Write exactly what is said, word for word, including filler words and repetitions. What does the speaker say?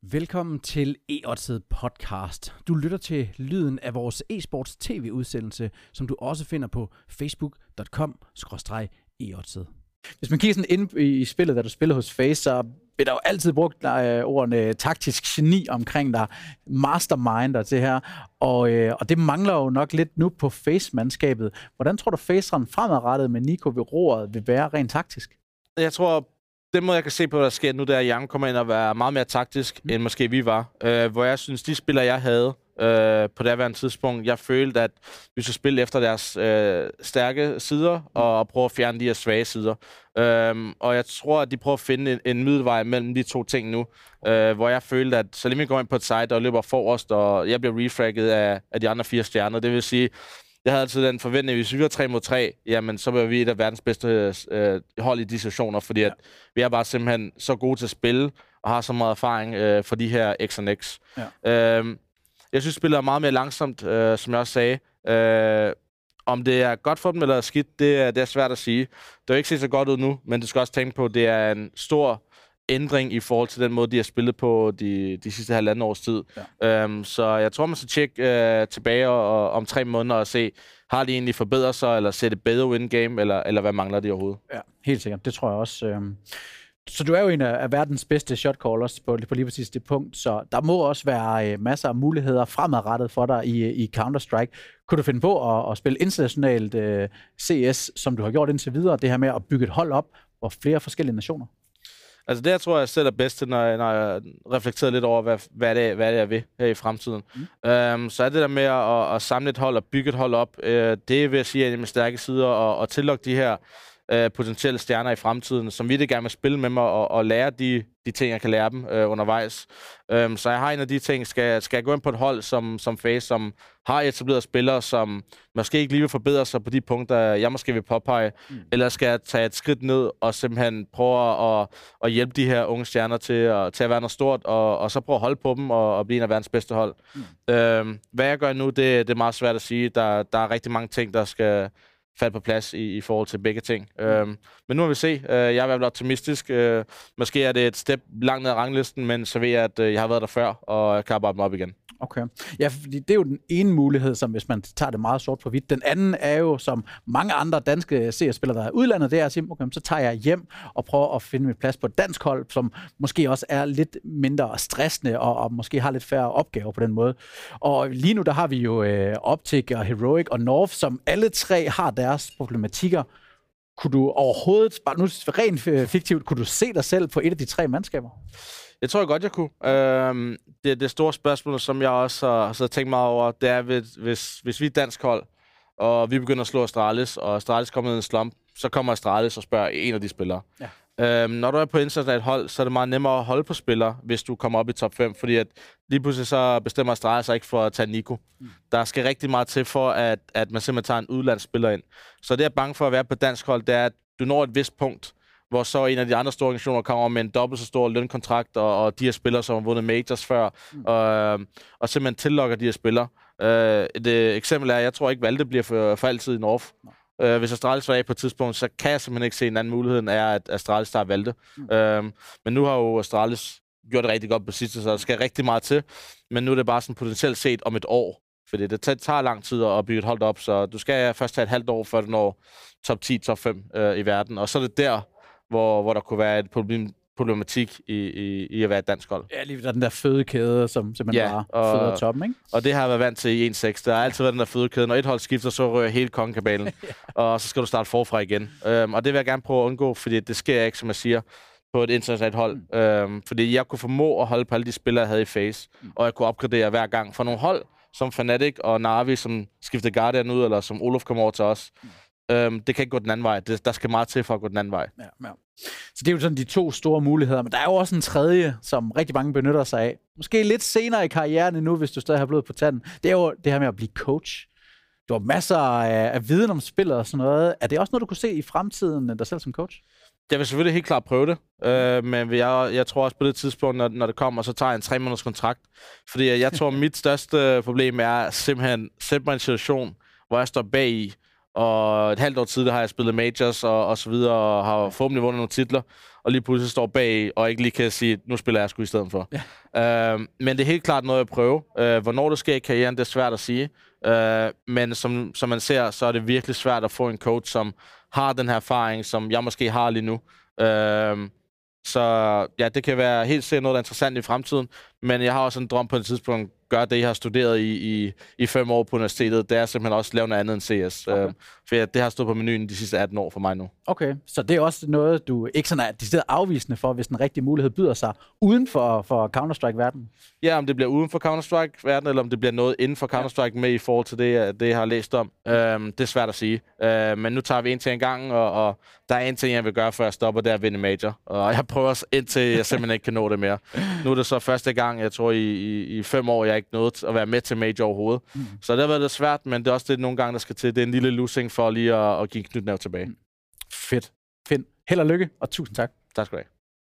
Velkommen til E-Oddset podcast. Du lytter til lyden af vores e-sports tv-udsendelse, som du også finder på facebook punktum com skråstreg e oddset. Hvis man kigger sådan ind i spillet, da du spiller hos FaZe, så bliver der jo altid brugt øh, ordene taktisk geni omkring dig, masterminder til her, og, øh, og det mangler jo nok lidt nu på FaZe-mandskabet. Hvordan tror du, FaZeren fremadrettet med Nico ved roret vil være rent taktisk? Jeg tror, den måde, jeg kan se på, hvad der sker nu, det er, at Young kommer ind og være meget mere taktisk, mm. end måske vi var. Øh, hvor jeg synes, de spillere, jeg havde øh, på det her tidspunkt, jeg følte, at vi skulle spille efter deres øh, stærke sider, mm. og, og prøve at fjerne de her svage sider. Øh, og jeg tror, at de prøver at finde en, en middelvej mellem de to ting nu, øh, hvor jeg følte, at så længe vi går ind på et site, og løber forrest, og jeg bliver refragget af, af de andre fire stjerner, det vil sige, jeg havde altid den forventning, at hvis vi var tre mod tre, jamen så var vi et af verdens bedste øh, hold i de situationer, fordi ja. at vi er bare simpelthen så gode til at spille, og har så meget erfaring øh, for de her X and X. Ja. Øh, jeg synes, spillet er meget mere langsomt, øh, som jeg også sagde. Øh, om det er godt for dem eller skidt, det er, det er svært at sige. Det er jo ikke set så godt ud nu, men du skal også tænke på, at det er en stor ændring i forhold til den måde, de har spillet på de, de sidste halvanden års tid. Ja. Um, så jeg tror, man skal tjekke uh, tilbage og, og, om tre måneder og se, har de egentlig forbedret sig, eller ser det bedre in-game, eller, eller hvad mangler de overhovedet? Ja, helt sikkert. Det tror jeg også. Um... Så du er jo en af verdens bedste shotcallers på, på lige præcis det punkt, så der må også være uh, masser af muligheder fremadrettet for dig i, i Counter-Strike. Kunne du finde på at, at spille internationalt uh, C S, som du har gjort indtil videre, det her med at bygge et hold op, hvor flere forskellige nationer? Altså det, jeg tror jeg selv er bedst til, når jeg, når jeg reflekterer lidt over, hvad, hvad, det, hvad det er, jeg vil her i fremtiden. Mm. Um, så er det der med at, at samle et hold og bygge et hold op, uh, det vil jeg sige, at med stærke sider og, og tillokke de her uh, potentielle stjerner i fremtiden, som vi det gerne vil spille med mig og, og lære de, de ting, jeg kan lære dem uh, undervejs. Um, så jeg har en af de ting, skal, skal jeg gå ind på et hold som, som FaZe, som har etableret spillere, som måske ikke lige vil forbedre sig på de punkter, jeg måske vil påpege, mm. eller skal jeg tage et skridt ned og simpelthen prøve at, at hjælpe de her unge stjerner til at, til at være noget stort, og, og så prøve at holde på dem og, og blive en af verdens bedste hold. Mm. Um, hvad jeg gør nu, det, det er meget svært at sige. Der, der er rigtig mange ting, der skal falde på plads i, i forhold til begge ting. Mm. Um, men nu vil vi se. Uh, jeg er i hvert fald optimistisk. Uh, måske er det et step langt ned ad ranglisten, men så ved jeg, at uh, jeg har været der før, og kan arbejde mig op igen. Okay. Ja, fordi det er jo den ene mulighed, som hvis man tager det meget sort på hvidt. Den anden er jo, som mange andre danske C S-spillere, der er udlandet, det er at sige, okay, så tager jeg hjem og prøver at finde mit plads på et dansk hold, som måske også er lidt mindre stressende og, og måske har lidt færre opgaver på den måde. Og lige nu, der har vi jo øh, Optic og Heroic og North, som alle tre har deres problematikker. Kunne du overhovedet, bare nu rent fiktivt, kunne du se dig selv på et af de tre mandskaber? Jeg tror jeg godt, jeg kunne. Øhm, det, det store spørgsmål, som jeg også har, har tænkt meget over, det er, hvis, hvis, hvis vi er et dansk hold, og vi begynder at slå Astralis, og Astralis kommer ned i en slump, så kommer Astralis og spørger en af de spillere. Ja. Øhm, når du er på internationalt hold, så er det meget nemmere at holde på spillere, hvis du kommer op i top fem, fordi at lige pludselig så bestemmer Astralis sig ikke for at tage Nico. Mm. Der skal rigtig meget til for, at, at man simpelthen tager en udlandsspiller ind. Så det jeg er bange for at være på dansk hold, det er, at du når et vist punkt, hvor så en af de andre store organisationer kommer med en dobbelt så stor lønkontrakt, og, og de her spillere, som har vundet majors før, mm. og, og simpelthen tillokker de her spillere. Uh, et uh, eksempel er, jeg tror ikke, Valde bliver for, for altid i North. Uh, hvis Astralis var af på et tidspunkt, så kan jeg simpelthen ikke se en anden mulighed, er, at Astralis tager Valde. Mm. Uh, men nu har jo Astralis gjort det rigtig godt på sidste, så der skal rigtig meget til. Men nu er det bare sådan potentielt set om et år. Fordi det tager lang tid at bygge et hold op, så du skal først tage et halvt år, før du når top ti, top fem uh, i verden. Og så er det der, Hvor, hvor der kunne være et problem, problematik i, i, i at være et dansk hold. Ja, lige der den der fødekæde, som simpelthen ja, bare føder toppen, ikke? Og det har jeg været vant til i en seks. Der har altid været den der fødekæde. Når et hold skifter, så rører hele kongekabalen, ja. Og så skal du starte forfra igen. Um, og det vil jeg gerne prøve at undgå, fordi det sker ikke, som jeg siger, på et internationalt hold. Mm. Um, fordi jeg kunne formå at holde på alle de spillere, jeg havde i FaZe, mm. og jeg kunne opgradere hver gang. For nogle hold, som Fnatic og Na'Vi, som skiftede Guardian ud, eller som Olof kom over til os, Um, det kan ikke gå den anden vej. Det, der skal meget til for at gå den anden vej. Ja, ja. Så det er jo sådan de to store muligheder, men der er jo også en tredje, som rigtig mange benytter sig af. Måske lidt senere i karrieren endnu, hvis du stadig har blod på tanden. Det er jo det her med at blive coach. Du har masser af, af viden om spillet og sådan noget. Er det også noget, du kunne se i fremtiden, dig selv som coach? Jeg vil selvfølgelig helt klart prøve det, uh, men jeg, jeg tror også på det tidspunkt, når, når det kommer, så tager jeg en tre måneders kontrakt. Fordi jeg tror, mit største problem er simpelthen sætte mig i en situation, hvor jeg står bag i, Og et halvt år tidligere har jeg spillet majors og, og så videre, og har forhåbentlig vundet nogle titler, og lige pludselig står bag, og ikke lige kan sige, nu spiller jeg sgu i stedet for. Ja. Øh, men det er helt klart noget at prøve. Øh, hvornår det sker i karrieren, det er svært at sige. Øh, men som, som man ser, så er det virkelig svært at få en coach, som har den her erfaring, som jeg måske har lige nu. Øh, så ja, det kan være helt sikkert noget, der er interessant i fremtiden, men jeg har også en drøm på et tidspunkt, gør det, jeg har studeret i, i, i fem år på universitetet, det er simpelthen også at lave noget andet end C S. Okay. Øh, for ja, det har stået på menuen de sidste atten år for mig nu. Okay, så det er også noget, du ikke sådan er decideret afvisende for, hvis den rigtige mulighed byder sig uden for, for Counter-Strike-verdenen? Ja, om det bliver uden for Counter-Strike-verdenen, eller om det bliver noget inden for Counter-Strike med i forhold til det, det jeg har læst om. Øhm, det er svært at sige. Øh, men nu tager vi en til en gang, og, og der er en ting, jeg vil gøre, før jeg stopper, det er at vinde major. Og jeg prøver indtil jeg simpelthen ikke kan nå det mere. Nu er det så første gang, jeg tror, i, i, i fem år, jeg ikke nået at være med til major overhovedet. Mm. Så det har været lidt svært, men det er også det, nogle gange, der skal til. Det er en lille losing for lige at, at give knytnæv tilbage. Fedt. Fint. Held og lykke, og tusind tak. Tak skal du have.